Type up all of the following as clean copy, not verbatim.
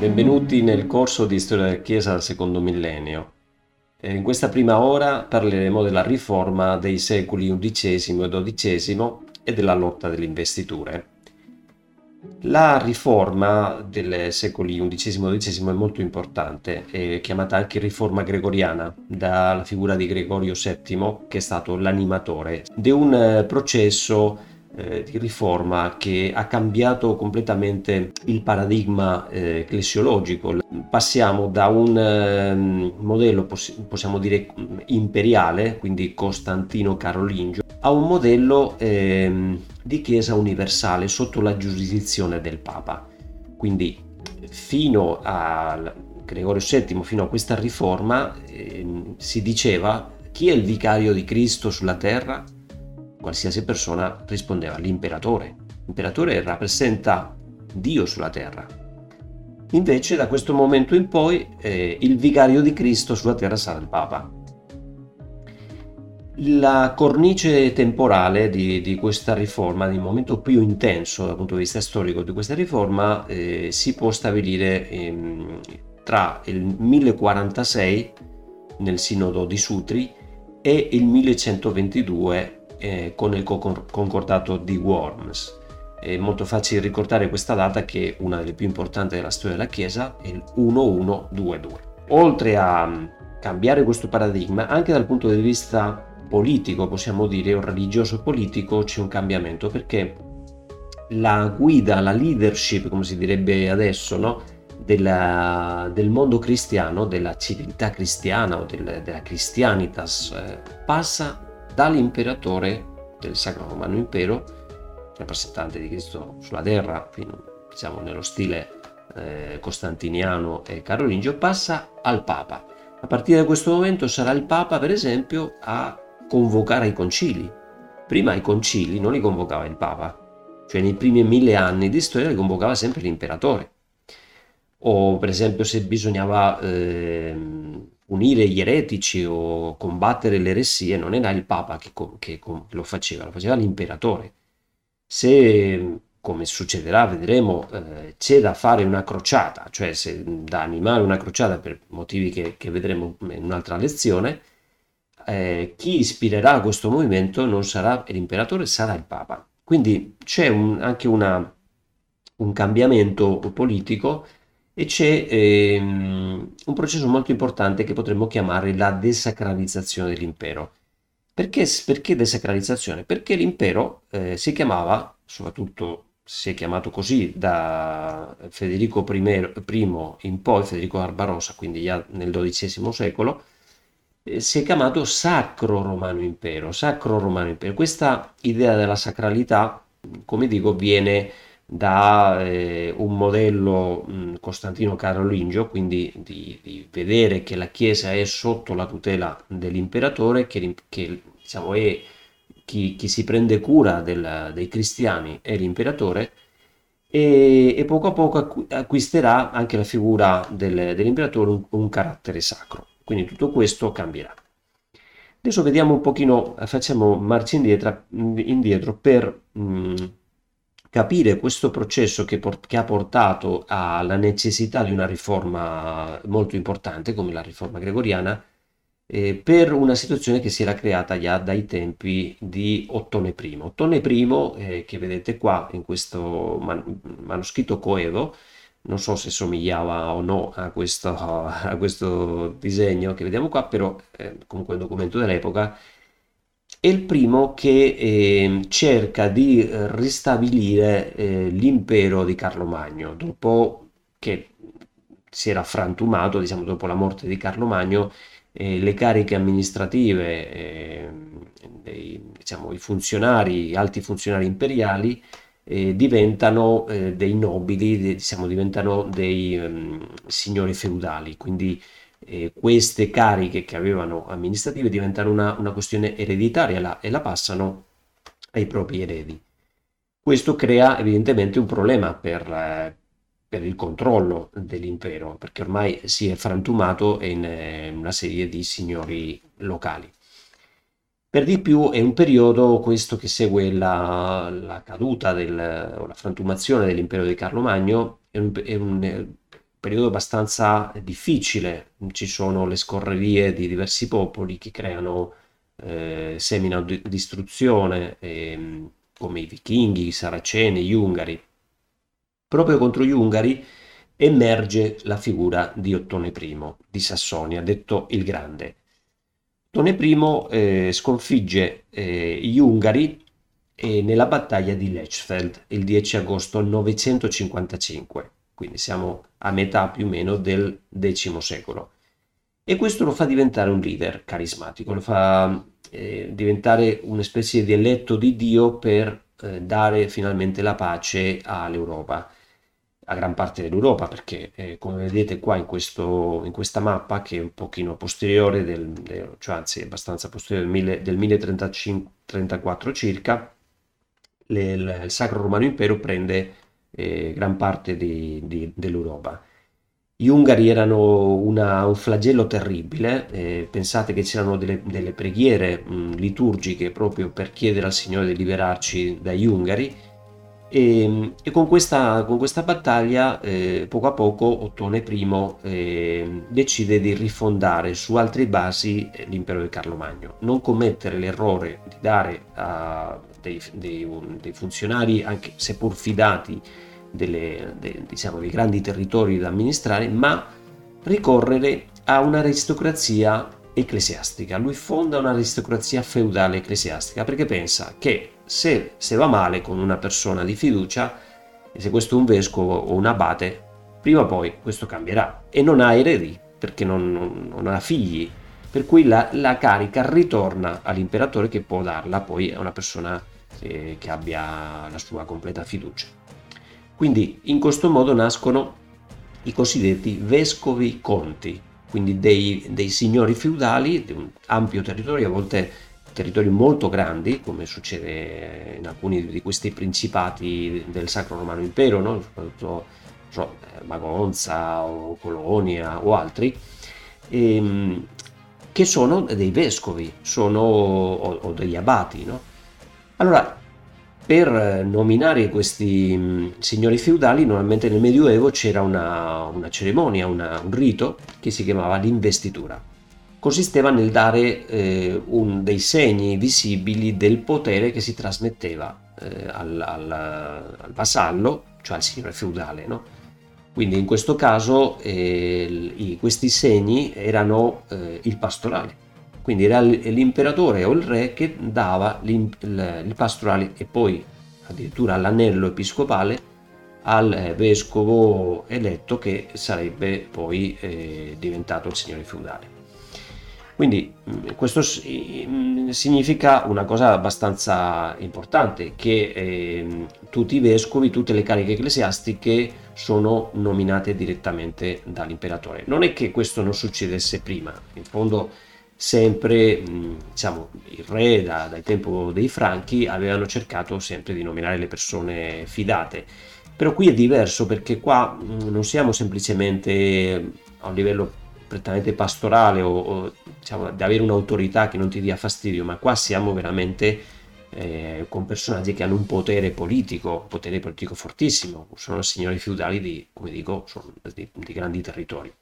Benvenuti nel corso di Storia della Chiesa al secondo millennio. In questa prima ora parleremo della riforma dei secoli XI e XII e della lotta delle investiture. La riforma dei secoli XI e XII è molto importante, è chiamata anche riforma gregoriana, dalla figura di Gregorio VII, che è stato l'animatore, ed è un processo di riforma che ha cambiato completamente il paradigma ecclesiologico. Passiamo da un modello, possiamo dire, imperiale, quindi costantino-carolingio, a un modello di chiesa universale sotto la giurisdizione del Papa. Quindi fino a Gregorio VII, fino a questa riforma, si diceva: chi è il vicario di Cristo sulla terra? Qualsiasi persona rispondeva: l'imperatore. L'imperatore rappresenta Dio sulla terra. Invece da questo momento in poi il vicario di Cristo sulla terra sarà il Papa. La cornice temporale di questa riforma, il momento più intenso dal punto di vista storico di questa riforma, si può stabilire tra il 1046 nel Sinodo di Sutri e il 1122 con il concordato di Worms. È molto facile ricordare questa data, che è una delle più importanti della storia della Chiesa, è il 1122. Oltre a cambiare questo paradigma, anche dal punto di vista politico, possiamo dire, o religioso politico, c'è un cambiamento, perché la guida, la leadership, come si direbbe adesso, no? del mondo cristiano, della civiltà cristiana o della Christianitas, passa dall'imperatore del Sacro Romano Impero, rappresentante di Cristo sulla terra, fino, diciamo, nello stile costantiniano e carolingio, passa al Papa. A partire da questo momento sarà il Papa, per esempio, a convocare i concili. Prima i concili non li convocava il Papa, cioè nei primi 1000 anni di storia li convocava sempre l'imperatore. O per esempio se bisognava unire gli eretici o combattere le eresie, non era il Papa che lo faceva l'imperatore. Se, come succederà, vedremo, c'è da fare una crociata, cioè da animare una crociata per motivi che vedremo in un'altra lezione, chi ispirerà questo movimento non sarà l'imperatore, sarà il Papa. Quindi c'è anche un cambiamento politico, e c'è un processo molto importante che potremmo chiamare la desacralizzazione dell'impero. Perché desacralizzazione? Perché l'impero si chiamava, soprattutto si è chiamato così da Federico I in poi, Federico Barbarossa, quindi già nel XII secolo, si è chiamato Sacro Romano Impero. Sacro Romano Impero. Questa idea della sacralità, come dico, viene da un modello costantino carolingio, quindi di vedere che la Chiesa è sotto la tutela dell'imperatore, che diciamo, è chi si prende cura dei cristiani è l'imperatore, e poco a poco acquisterà anche la figura dell'imperatore un carattere sacro. Quindi tutto questo cambierà. Adesso vediamo un pochino, facciamo marcia indietro per capire questo processo che ha portato alla necessità di una riforma molto importante come la riforma gregoriana, per una situazione che si era creata già dai tempi di Ottone I. Ottone I, che vedete qua in questo manoscritto coevo, non so se somigliava o no a questo disegno che vediamo qua, però comunque è un documento dell'epoca. È il primo che cerca di ristabilire l'impero di Carlo Magno, dopo che si era frantumato, diciamo, dopo la morte di Carlo Magno. Le cariche amministrative diciamo, gli alti funzionari imperiali diventano dei nobili, diciamo, diventano dei signori feudali, quindi queste cariche che avevano amministrative diventano una questione ereditaria e la passano ai propri eredi. Questo crea evidentemente un problema per il controllo dell'impero, perché ormai si è frantumato in una serie di signori locali. Per di più è un periodo questo che segue la caduta o la frantumazione dell'impero di Carlo Magno, è un periodo abbastanza difficile, ci sono le scorrerie di diversi popoli che creano seminano distruzione, come i vichinghi, i saraceni, gli ungari. Proprio contro gli ungari emerge la figura di Ottone I di Sassonia, detto il Grande. Ottone I sconfigge gli ungari nella battaglia di Lechfeld il 10 agosto 955, quindi siamo a metà più o meno del X secolo. E questo lo fa diventare un leader carismatico, lo fa diventare una specie di eletto di Dio per dare finalmente la pace all'Europa, a gran parte dell'Europa, perché come vedete qua in questa mappa, che è un pochino posteriore, cioè anzi abbastanza posteriore del 1034 circa, il Sacro Romano Impero prende gran parte dell'Europa. Gli ungari erano un flagello terribile, pensate che c'erano delle preghiere liturgiche proprio per chiedere al Signore di liberarci dagli ungari e con questa battaglia poco a poco Ottone I decide di rifondare su altre basi l'impero di Carlo Magno, non commettere l'errore di dare a dei funzionari, anche seppur fidati, diciamo, dei grandi territori da amministrare, ma ricorrere a un'aristocrazia ecclesiastica. Lui fonda un'aristocrazia feudale ecclesiastica perché pensa che se va male con una persona di fiducia, e se questo è un vescovo o un abate, prima o poi questo cambierà e non ha eredi perché non ha figli, per cui la carica ritorna all'imperatore che può darla poi a una persona che abbia la sua completa fiducia. Quindi in questo modo nascono i cosiddetti vescovi conti, quindi dei signori feudali di un ampio territorio, a volte territori molto grandi, come succede in alcuni di questi principati del Sacro Romano Impero, no? Soprattutto Magonza o Colonia o altri, che sono dei vescovi o degli abati. No? Allora, per nominare questi signori feudali, normalmente nel Medioevo c'era una cerimonia, un rito che si chiamava l'investitura. Consisteva nel dare dei segni visibili del potere che si trasmetteva al vassallo, cioè al signore feudale. No? Quindi in questo caso questi segni erano il pastorale. Quindi era l'imperatore o il re che dava il pastorale e poi addirittura l'anello episcopale al vescovo eletto che sarebbe poi diventato il signore feudale. Quindi questo significa una cosa abbastanza importante, che tutti i vescovi, tutte le cariche ecclesiastiche sono nominate direttamente dall'imperatore. Non è che questo non succedesse prima, in fondo sempre diciamo, il re dal tempo dei Franchi avevano cercato sempre di nominare le persone fidate, però qui è diverso perché qua non siamo semplicemente a un livello prettamente pastorale o diciamo, di avere un'autorità che non ti dia fastidio, ma qua siamo veramente con personaggi che hanno un potere politico fortissimo, sono signori feudali come dico, sono di grandi territori.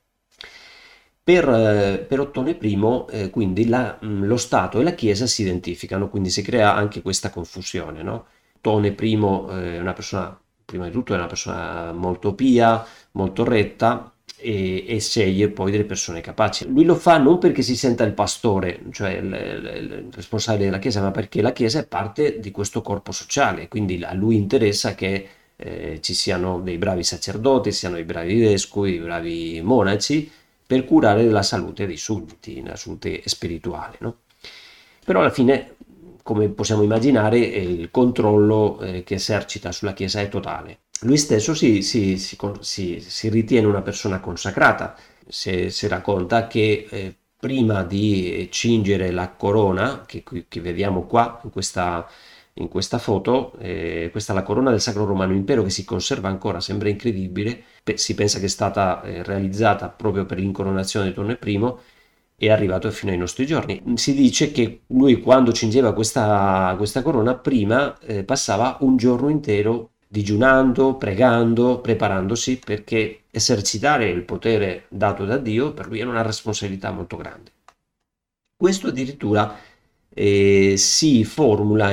Per Ottone I, quindi lo Stato e la Chiesa si identificano, quindi si crea anche questa confusione. No? Ottone I è una persona, prima di tutto, è una persona molto pia, molto retta e sceglie poi delle persone capaci. Lui lo fa non perché si senta il pastore, cioè il responsabile della Chiesa, ma perché la Chiesa è parte di questo corpo sociale, quindi a lui interessa che ci siano dei bravi sacerdoti, siano dei bravi vescovi, dei bravi monaci, per curare la salute dei sudditi, la salute spirituale. No? Però alla fine, come possiamo immaginare, il controllo che esercita sulla Chiesa è totale. Lui stesso si ritiene una persona consacrata, si racconta che prima di cingere la corona, che vediamo qua in questa foto, questa è la corona del Sacro Romano Impero che si conserva ancora, sembra incredibile, si pensa che è stata realizzata proprio per l'incoronazione di Ottone I, è arrivato fino ai nostri giorni. Si dice che lui quando cingeva questa corona prima passava un giorno intero digiunando, pregando, preparandosi, perché esercitare il potere dato da Dio per lui era una responsabilità molto grande. Questo addirittura si formula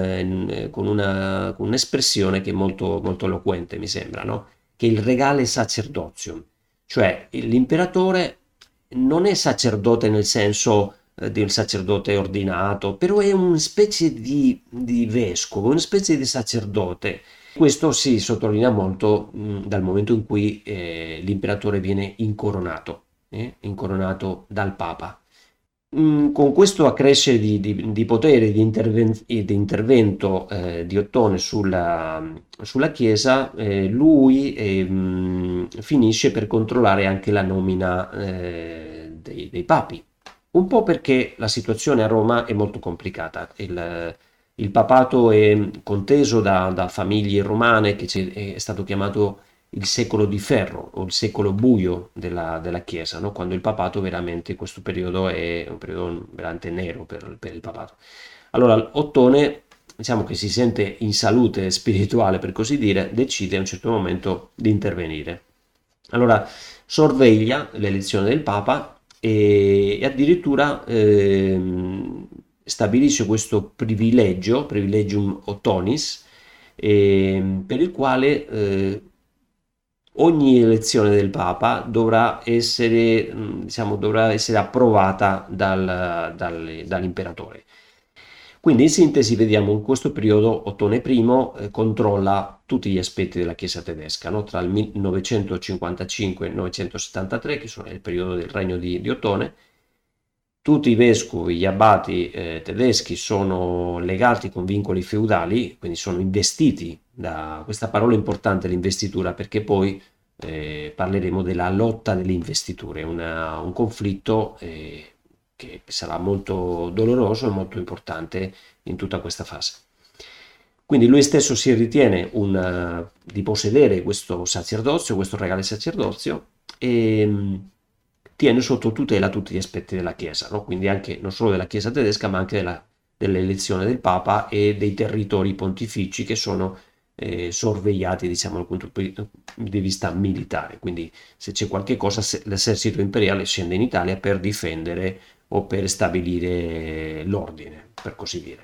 con un'espressione che è molto, molto eloquente, mi sembra, no? Che è il regale sacerdozio, cioè l'imperatore non è sacerdote nel senso di un sacerdote ordinato, però è una specie di vescovo, una specie di sacerdote. Questo si sottolinea molto dal momento in cui l'imperatore viene incoronato dal Papa. Con questo accrescere di potere di intervento di Ottone sulla Chiesa, lui finisce per controllare anche la nomina dei papi. Un po' perché la situazione a Roma è molto complicata. Il papato è conteso da famiglie romane, è stato chiamato il secolo di ferro o il secolo buio della Chiesa, no? Quando il papato veramente in questo periodo è un periodo veramente nero per il papato. Allora Ottone, diciamo che si sente in salute spirituale, per così dire, decide a un certo momento di intervenire. Allora sorveglia l'elezione del Papa e addirittura stabilisce questo privilegium Ottonis, per il quale ogni elezione del Papa dovrà essere approvata dall'imperatore. Quindi in sintesi vediamo in questo periodo Ottone I controlla tutti gli aspetti della Chiesa tedesca, no? Tra il 1955 e il 1973, che è il periodo del regno di Ottone. Tutti i vescovi, gli abati tedeschi sono legati con vincoli feudali, quindi sono investiti da questa parola importante, l'investitura, perché poi parleremo della lotta delle investiture, un conflitto che sarà molto doloroso e molto importante in tutta questa fase. Quindi lui stesso si ritiene di possedere questo sacerdozio, questo regale sacerdozio, e tiene sotto tutela tutti gli aspetti della Chiesa, no? Quindi anche non solo della Chiesa tedesca, ma anche dell'elezione del Papa e dei territori pontifici che sono sorvegliati, diciamo, dal punto di vista militare. Quindi se c'è qualche cosa, l'esercito imperiale scende in Italia per difendere o per stabilire l'ordine, per così dire.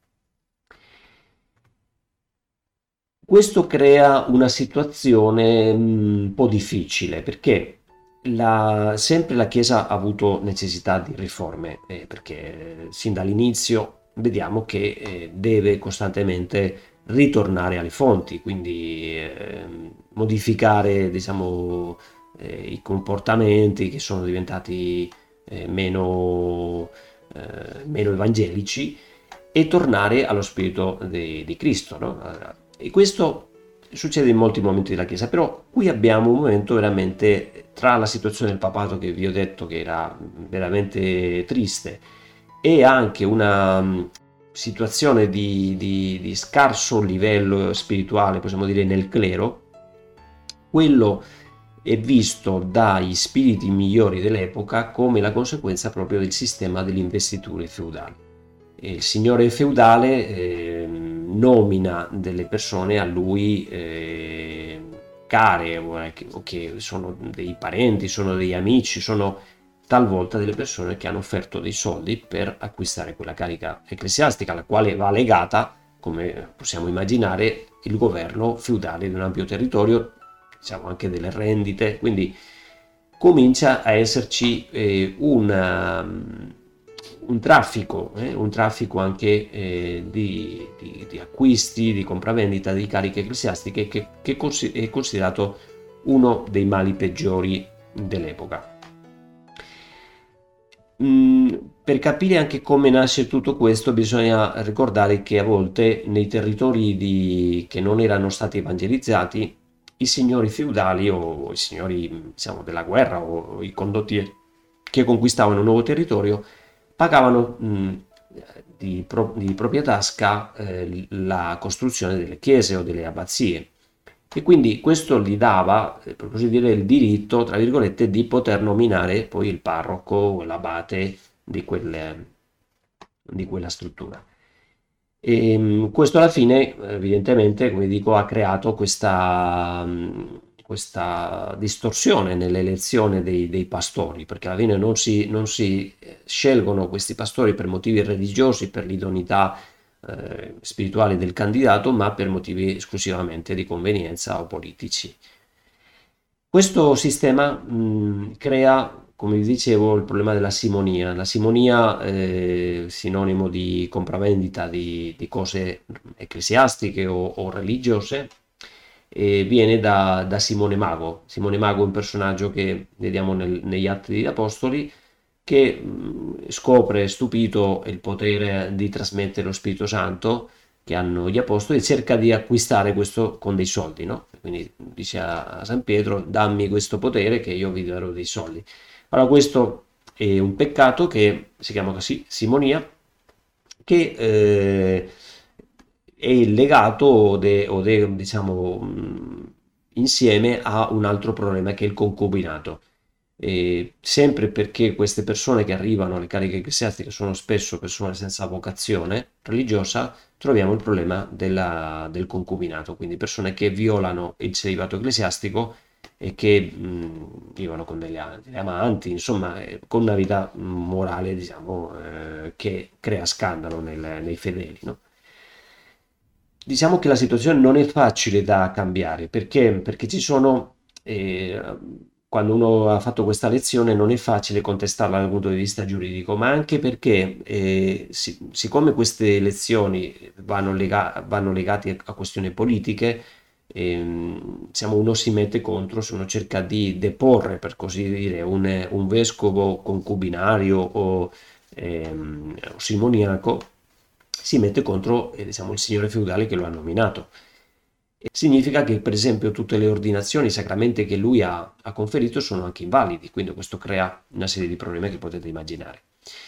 Questo crea una situazione un po' difficile perché sempre la Chiesa ha avuto necessità di riforme, perché sin dall'inizio vediamo che deve costantemente ritornare alle fonti, quindi modificare, diciamo, i comportamenti che sono diventati meno evangelici e tornare allo spirito di Cristo, no? E questo succede in molti momenti della Chiesa, però qui abbiamo un momento veramente tra la situazione del papato che vi ho detto che era veramente triste e anche una situazione di scarso livello spirituale, possiamo dire, nel clero. Quello è visto dagli spiriti migliori dell'epoca come la conseguenza proprio del sistema delle investiture feudali. Il signore feudale nomina delle persone a lui care o che sono dei parenti, sono degli amici, sono talvolta delle persone che hanno offerto dei soldi per acquistare quella carica ecclesiastica, alla quale va legata, come possiamo immaginare, il governo feudale di un ampio territorio, diciamo anche delle rendite, quindi comincia a esserci un traffico anche di acquisti, di compravendita di cariche ecclesiastiche che è considerato uno dei mali peggiori dell'epoca. Per capire anche come nasce tutto questo bisogna ricordare che a volte nei territori che non erano stati evangelizzati i signori feudali o i signori, diciamo, della guerra o i condotti che conquistavano un nuovo territorio pagavano di propria tasca la costruzione delle chiese o delle abbazie e quindi questo gli dava, per così dire, il diritto, tra virgolette, di poter nominare poi il parroco o l'abate di quella struttura. Questo alla fine, evidentemente, come dico, ha creato questa distorsione nell'elezione dei pastori, perché alla fine non si scelgono questi pastori per motivi religiosi, per l'idoneità spirituale del candidato, ma per motivi esclusivamente di convenienza o politici. Questo sistema crea, come vi dicevo, il problema della simonia. La simonia, sinonimo di compravendita di cose ecclesiastiche o religiose, viene da Simone Mago. Simone Mago è un personaggio che vediamo negli Atti degli Apostoli, che scopre stupito il potere di trasmettere lo Spirito Santo che hanno gli apostoli e cerca di acquistare questo con dei soldi, no? Quindi dice a San Pietro: dammi questo potere che io vi darò dei soldi. Allora, questo è un peccato che si chiama così simonia, che è legato diciamo, insieme a un altro problema che è il concubinato. Sempre perché queste persone che arrivano alle cariche ecclesiastiche sono spesso persone senza vocazione religiosa, troviamo il problema del concubinato, quindi persone che violano il celibato ecclesiastico e che vivono con delle amanti, insomma, con una vita morale, diciamo, che crea scandalo nei fedeli, no? Diciamo che la situazione non è facile da cambiare perché ci sono, quando uno ha fatto questa lezione, non è facile contestarla dal punto di vista giuridico, ma anche perché, siccome queste lezioni vanno legate a questioni politiche, diciamo, uno si mette contro se uno cerca di deporre, per così dire, un vescovo concubinario o simoniaco, si mette contro, diciamo, il signore feudale che lo ha nominato. E significa che, per esempio, tutte le ordinazioni, i sacramenti che lui ha conferito sono anche invalidi, quindi questo crea una serie di problemi che potete immaginare.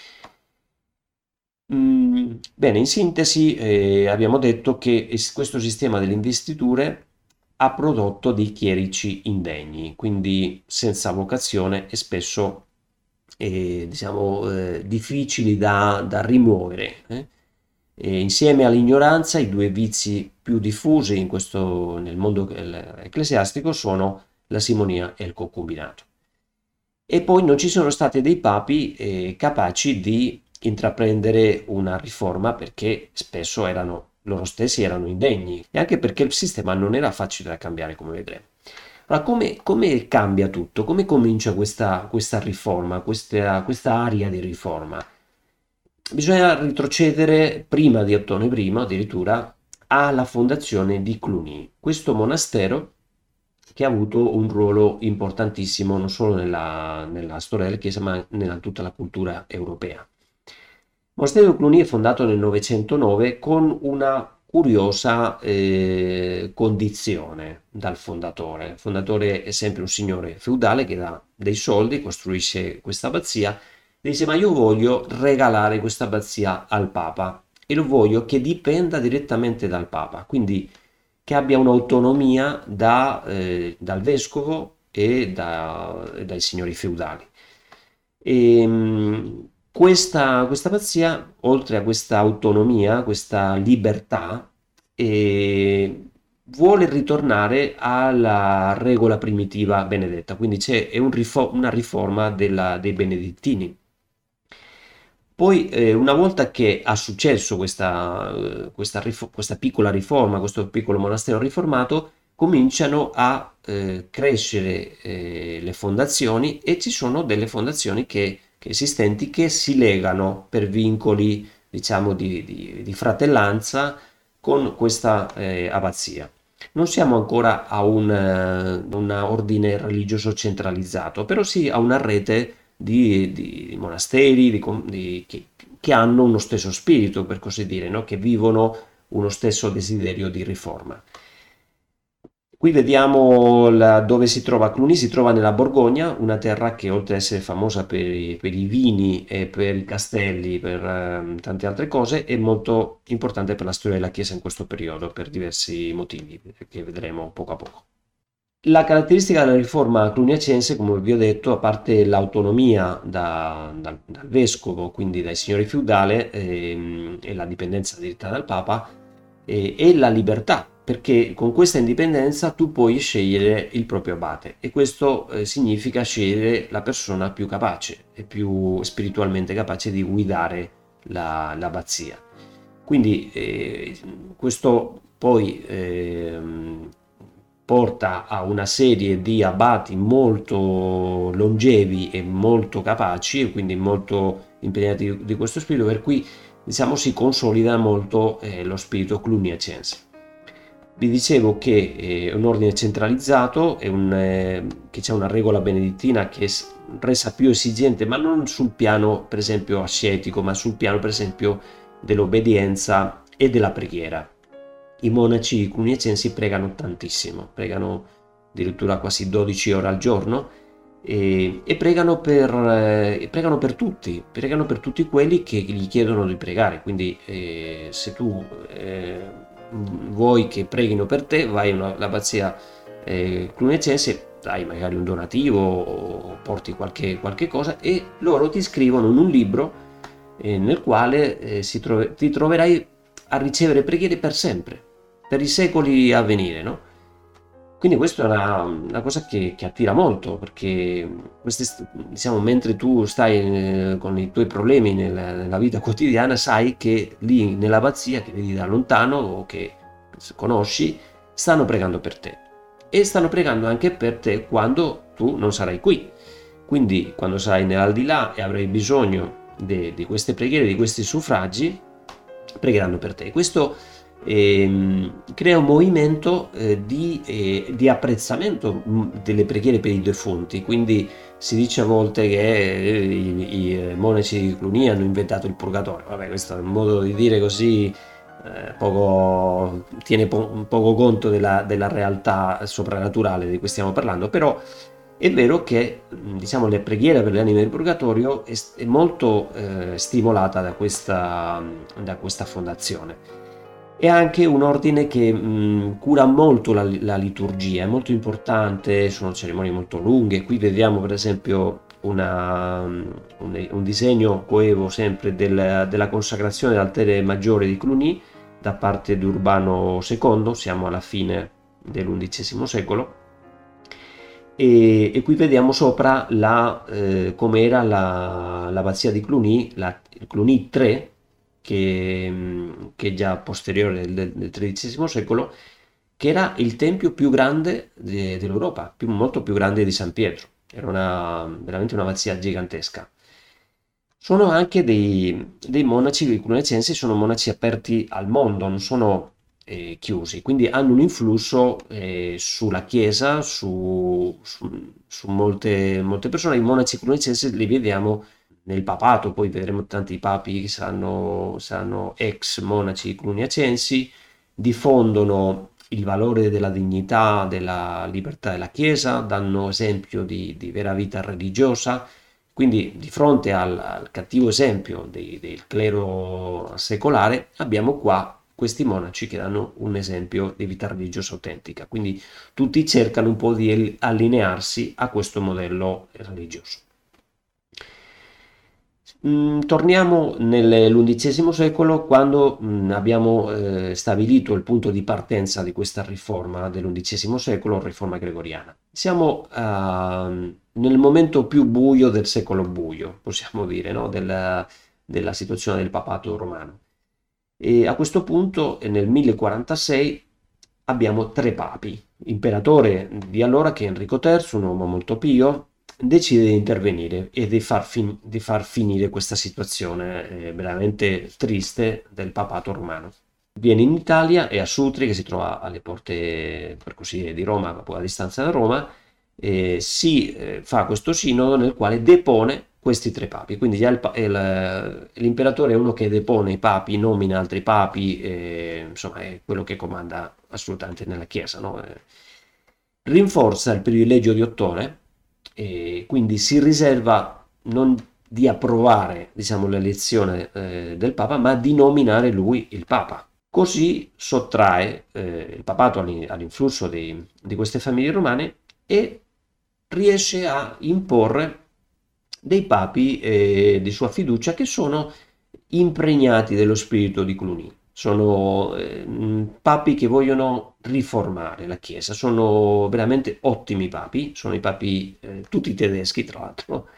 Bene, in sintesi, abbiamo detto che questo sistema delle investiture ha prodotto dei chierici indegni, quindi senza vocazione e spesso, diciamo, difficili da rimuovere. E insieme all'ignoranza, i due vizi più diffusi nel mondo ecclesiastico sono la simonia e il concubinato. E poi non ci sono stati dei papi capaci di intraprendere una riforma, perché spesso loro stessi erano indegni e anche perché il sistema non era facile da cambiare, come vedremo. Allora, come cambia tutto? Come comincia questa riforma, questa area di riforma? Bisogna retrocedere prima di Ottone I, addirittura, alla fondazione di Cluny, questo monastero che ha avuto un ruolo importantissimo non solo nella storia della Chiesa, ma nella tutta la cultura europea. Il monastero di Cluny è fondato nel 909 con una curiosa condizione dal fondatore. Il fondatore è sempre un signore feudale che dà dei soldi, costruisce questa abbazia, dice: ma io voglio regalare questa abbazia al Papa e lo voglio che dipenda direttamente dal Papa, quindi che abbia un'autonomia dal vescovo e dai signori feudali. Questa abbazia, oltre a questa autonomia, questa libertà, vuole ritornare alla regola primitiva benedetta, quindi una riforma dei benedettini. Poi, una volta che ha successo questa piccola riforma, questo piccolo monastero riformato, cominciano a crescere le fondazioni, e ci sono delle fondazioni che esistenti che si legano per vincoli, diciamo, di fratellanza con questa abbazia. Non siamo ancora a un ordine religioso centralizzato, però sì a una rete di monasteri che hanno uno stesso spirito, per così dire, no? Che vivono uno stesso desiderio di riforma. Qui vediamo dove si trova Cluny. Si trova nella Borgogna, una terra che, oltre ad essere famosa per i vini e per i castelli, per tante altre cose, è molto importante per la storia della Chiesa in questo periodo, per diversi motivi che vedremo poco a poco. La caratteristica della riforma cluniacense, come vi ho detto, a parte l'autonomia dal vescovo, quindi dai signori feudale, e la dipendenza diretta dal Papa, e la libertà, perché con questa indipendenza tu puoi scegliere il proprio abate e questo significa scegliere la persona più capace e più spiritualmente capace di guidare l'abbazia. Quindi questo poi porta a una serie di abati molto longevi e molto capaci, e quindi molto impegnati di questo spirito, per cui diciamo si consolida molto lo spirito cluniacense. Vi dicevo che è un ordine centralizzato, che c'è una regola benedittina che è resa più esigente, ma non sul piano per esempio ascetico, ma sul piano per esempio dell'obbedienza e della preghiera. I monaci cluniacensi pregano tantissimo, pregano addirittura quasi 12 ore al giorno e pregano per tutti quelli che gli chiedono di pregare. Quindi se tu vuoi che preghino per te, vai all'abbazia cluniacense, dai magari un donativo o porti qualche cosa e loro ti scrivono in un libro nel quale ti troverai a ricevere preghiere per sempre, per i secoli a venire, no? Quindi questa è una cosa che attira molto, perché diciamo, mentre tu stai con i tuoi problemi nella vita quotidiana, sai che lì nell'abbazia, che vedi da lontano o che conosci, stanno pregando per te. E stanno pregando anche per te quando tu non sarai qui. Quindi quando sarai nell'aldilà e avrai bisogno di queste preghiere, di questi suffragi, pregheranno per te. Questo crea un movimento di apprezzamento delle preghiere per i defunti, quindi si dice a volte che i monaci di Cluny hanno inventato il purgatorio. Vabbè, questo è un modo di dire così, tiene poco conto della realtà soprannaturale di cui stiamo parlando, però è vero che diciamo, la preghiera per le anime del purgatorio è molto stimolata da questa fondazione. È anche un ordine che cura molto la liturgia, è molto importante, sono cerimonie molto lunghe. Qui vediamo per esempio un disegno coevo sempre della consacrazione dell'altare maggiore di Cluny da parte di Urbano II, siamo alla fine dell'undicesimo secolo. E qui vediamo sopra com'era l'abbazia di Cluny, il Cluny 3, che è già posteriore del XIII secolo, che era il tempio più grande dell'Europa, molto più grande di San Pietro. Era veramente una abbazia gigantesca. Sono anche dei monaci, i cluniacensi sono monaci aperti al mondo, non sono chiusi, quindi hanno un influsso sulla Chiesa, su molte persone. I monaci cluniacensi li vediamo nel papato, poi vedremo tanti papi che saranno ex monaci cluniacensi, diffondono il valore della dignità, della libertà della Chiesa, danno esempio di vera vita religiosa. Quindi di fronte al cattivo esempio del clero secolare abbiamo qua questi monaci che danno un esempio di vita religiosa autentica. Quindi tutti cercano un po' di allinearsi a questo modello religioso. Torniamo nell'undicesimo secolo, quando abbiamo stabilito il punto di partenza di questa riforma dell'undicesimo secolo, riforma gregoriana. Siamo nel momento più buio del secolo buio, possiamo dire, no? della situazione del papato romano. E a questo punto, nel 1046, abbiamo tre papi. L'imperatore di allora, che è Enrico III, un uomo molto pio, decide di intervenire e di far finire questa situazione veramente triste del papato romano. Viene in Italia e a Sutri, che si trova alle porte, per così dire, di Roma, a poca distanza da Roma, si fa questo sinodo nel quale depone questi tre papi. Quindi già l'imperatore è uno che depone i papi, nomina altri papi, insomma è quello che comanda assolutamente nella Chiesa, no? Rinforza il privilegio di Ottone e quindi si riserva non di approvare, diciamo, l'elezione del Papa, ma di nominare lui il Papa. Così sottrae il papato all'influsso di queste famiglie romane e riesce a imporre dei papi di sua fiducia che sono impregnati dello spirito di Cluny. Sono papi che vogliono riformare la Chiesa, sono veramente ottimi papi, sono i papi tutti tedeschi tra l'altro,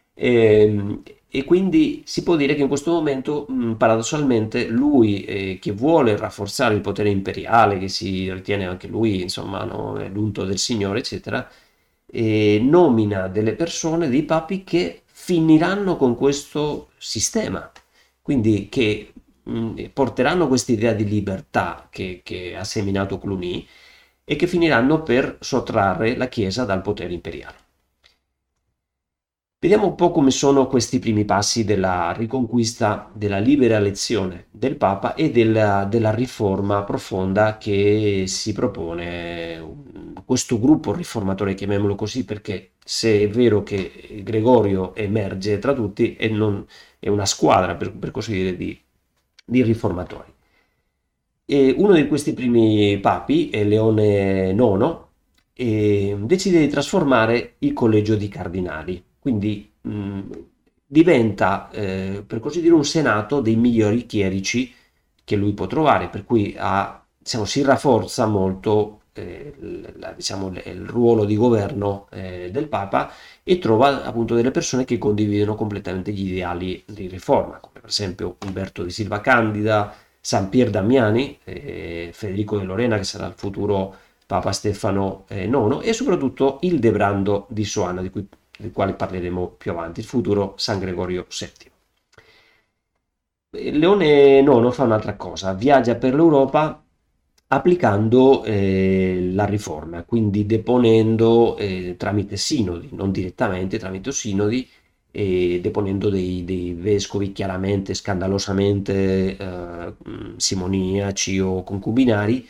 e quindi si può dire che in questo momento, paradossalmente, lui che vuole rafforzare il potere imperiale, che si ritiene anche lui, insomma, no, è l'unto del Signore, eccetera, nomina delle persone, dei papi che finiranno con questo sistema, quindi che porteranno questa idea di libertà che ha seminato Cluny e che finiranno per sottrarre la Chiesa dal potere imperiale. Vediamo un po' come sono questi primi passi della riconquista della libera elezione del Papa e della riforma profonda che si propone questo gruppo riformatore, chiamiamolo così, perché se è vero che Gregorio emerge tra tutti, è una squadra, per così dire, di riformatori. E uno di questi primi papi, Leone IX, decide di trasformare il collegio di cardinali, quindi diventa, per così dire, un senato dei migliori chierici che lui può trovare, per cui diciamo, si rafforza molto diciamo, il ruolo di governo del Papa e trova appunto delle persone che condividono completamente gli ideali di riforma, come per esempio Umberto di Silva Candida, San Pier Damiani, Federico de Lorena che sarà il futuro Papa Stefano IX e soprattutto Ildebrando di Soana del quale parleremo più avanti, il futuro San Gregorio VII. Leone IX fa un'altra cosa, viaggia per l'Europa applicando la riforma, quindi deponendo tramite sinodi, non direttamente tramite sinodi, e deponendo dei vescovi chiaramente, scandalosamente simoniaci o concubinari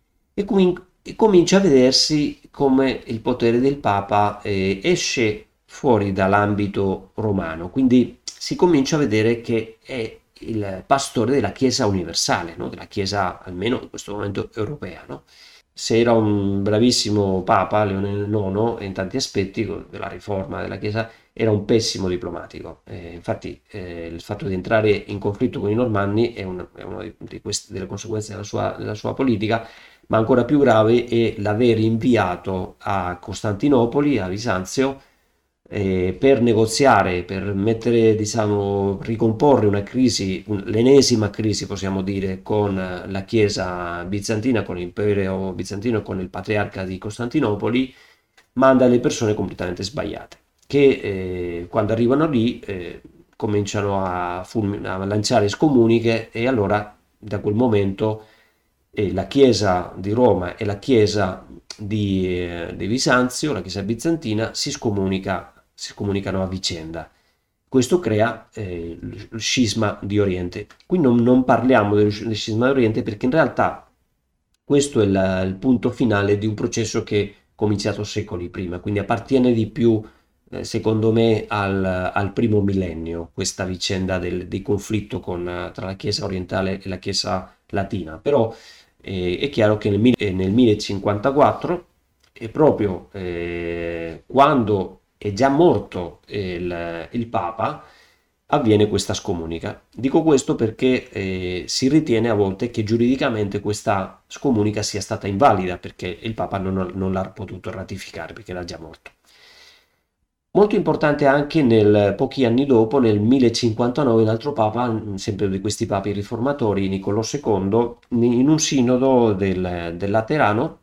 e comincia a vedersi come il potere del Papa esce fuori dall'ambito romano, quindi si comincia a vedere che è il pastore della Chiesa universale, no? Della Chiesa almeno in questo momento europea. No? Se era un bravissimo Papa, Leone IX, in tanti aspetti della riforma della Chiesa, era un pessimo diplomatico. Infatti il fatto di entrare in conflitto con i Normanni è una delle conseguenze della sua politica, ma ancora più grave è l'aver inviato a Costantinopoli, a Bisanzio, per negoziare, per mettere, diciamo, ricomporre una crisi, l'ennesima crisi, possiamo dire, con la Chiesa bizantina, con l'impero bizantino, con il patriarca di Costantinopoli, manda le persone completamente sbagliate, che quando arrivano lì cominciano a lanciare scomuniche e allora da quel momento la Chiesa di Roma e la Chiesa di Bisanzio, la Chiesa bizantina, si comunicano a vicenda. Questo crea il scisma di Oriente. Qui non parliamo del scisma di Oriente perché in realtà questo è il punto finale di un processo che è cominciato secoli prima, quindi appartiene di più, secondo me, al primo millennio, questa vicenda di conflitto tra la Chiesa orientale e la Chiesa latina. Però è chiaro che nel 1054, e proprio quando è già morto il Papa, avviene questa scomunica. Dico questo perché si ritiene a volte che giuridicamente questa scomunica sia stata invalida perché il Papa non l'ha potuto ratificare perché era già morto. Molto importante anche pochi anni dopo, nel 1059, un altro papa, sempre di questi papi riformatori, Niccolò II, in un sinodo del Laterano,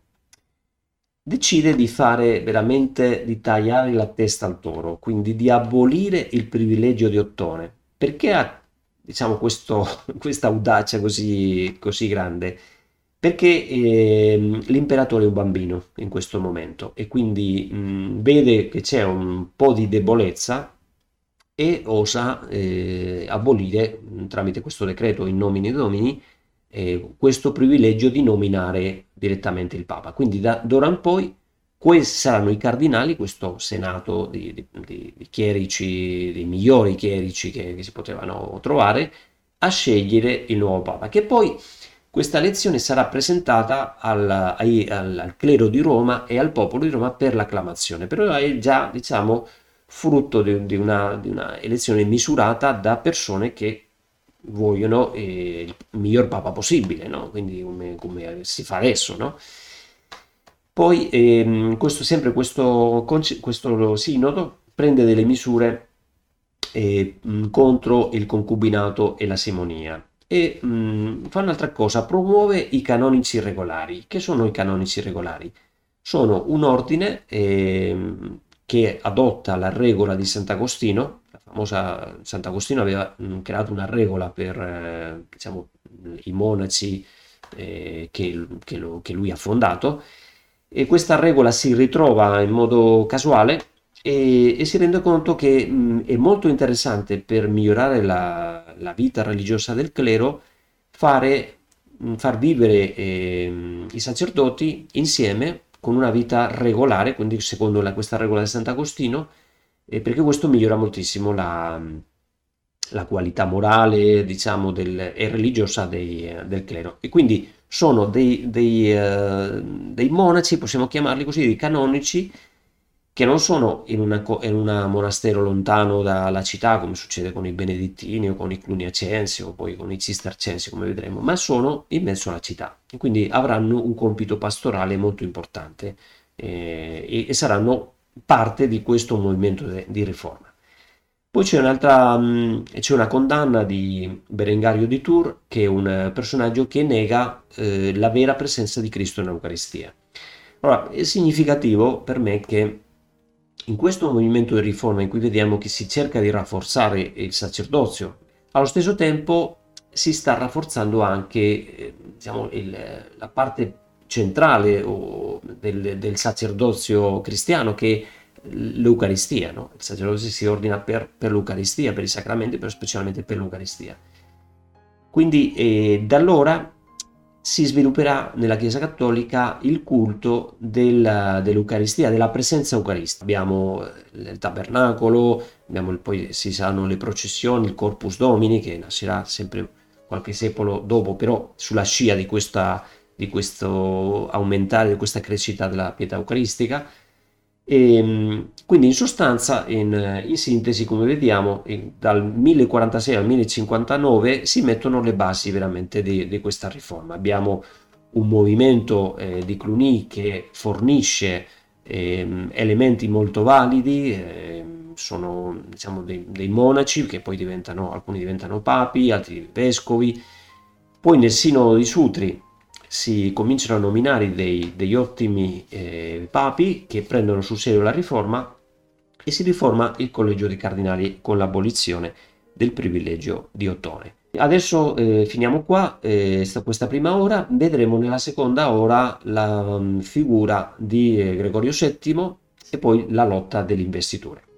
decide di fare veramente, di tagliare la testa al toro, quindi di abolire il privilegio di Ottone. Perché ha, diciamo, questa audacia così grande? Perché l'imperatore è un bambino in questo momento e quindi vede che c'è un po' di debolezza e osa abolire tramite questo decreto in nomine domini questo privilegio di nominare direttamente il Papa. Quindi da d'ora in poi questi saranno i cardinali, questo senato di chierici, dei migliori chierici che si potevano trovare, a scegliere il nuovo Papa, che poi questa lezione sarà presentata al clero di Roma e al popolo di Roma per l'acclamazione, però è già, diciamo, frutto di una elezione misurata da persone che vogliono il miglior papa possibile, no? Quindi come si fa adesso, no? Poi questo sinodo prende delle misure contro il concubinato e la simonia e fa un'altra cosa, promuove i canonici regolari. Che sono i canonici regolari? Sono un ordine che adotta la regola di Sant'Agostino. La famosa Sant'Agostino aveva creato una regola per diciamo, i monaci che lui ha fondato, e questa regola si ritrova in modo casuale e si rende conto che è molto interessante per migliorare la vita religiosa del clero far vivere i sacerdoti insieme con una vita regolare, quindi secondo questa regola di Sant'Agostino, perché questo migliora moltissimo la qualità morale, diciamo, e religiosa del clero. E quindi sono dei monaci, possiamo chiamarli così, dei canonici, che non sono in un monastero lontano dalla città, come succede con i benedettini o con i cluniacensi o poi con i cistercensi, come vedremo, ma sono in mezzo alla città e quindi avranno un compito pastorale molto importante e saranno parte di questo movimento di riforma. Poi c'è una condanna di Berengario di Tours, che è un personaggio che nega la vera presenza di Cristo nell'Eucaristia. Allora, è significativo per me che in questo movimento di riforma in cui vediamo che si cerca di rafforzare il sacerdozio, allo stesso tempo si sta rafforzando anche diciamo, la parte centrale del sacerdozio cristiano, che è l'Eucaristia, no? Il sacerdozio si ordina per l'Eucaristia, per i sacramenti, però specialmente per l'Eucaristia. Quindi da allora si svilupperà nella Chiesa Cattolica il culto dell'Eucaristia, della presenza eucaristica. Abbiamo il tabernacolo, poi si saranno le processioni, il Corpus Domini, che nascerà sempre qualche secolo dopo, però sulla scia di questo aumentare, di questa crescita della pietà eucaristica. E quindi in sostanza, in sintesi, come vediamo, dal 1046 al 1059 si mettono le basi veramente di questa riforma. Abbiamo un movimento di Cluny che fornisce elementi molto validi, sono diciamo dei monaci che poi alcuni diventano papi, altri vescovi. Poi nel Sinodo di Sutri si cominciano a nominare degli ottimi papi che prendono sul serio la riforma e si riforma il collegio dei cardinali con l'abolizione del privilegio di Ottone. Adesso finiamo qua questa prima ora, vedremo nella seconda ora la figura di Gregorio VII e poi la lotta delle investiture.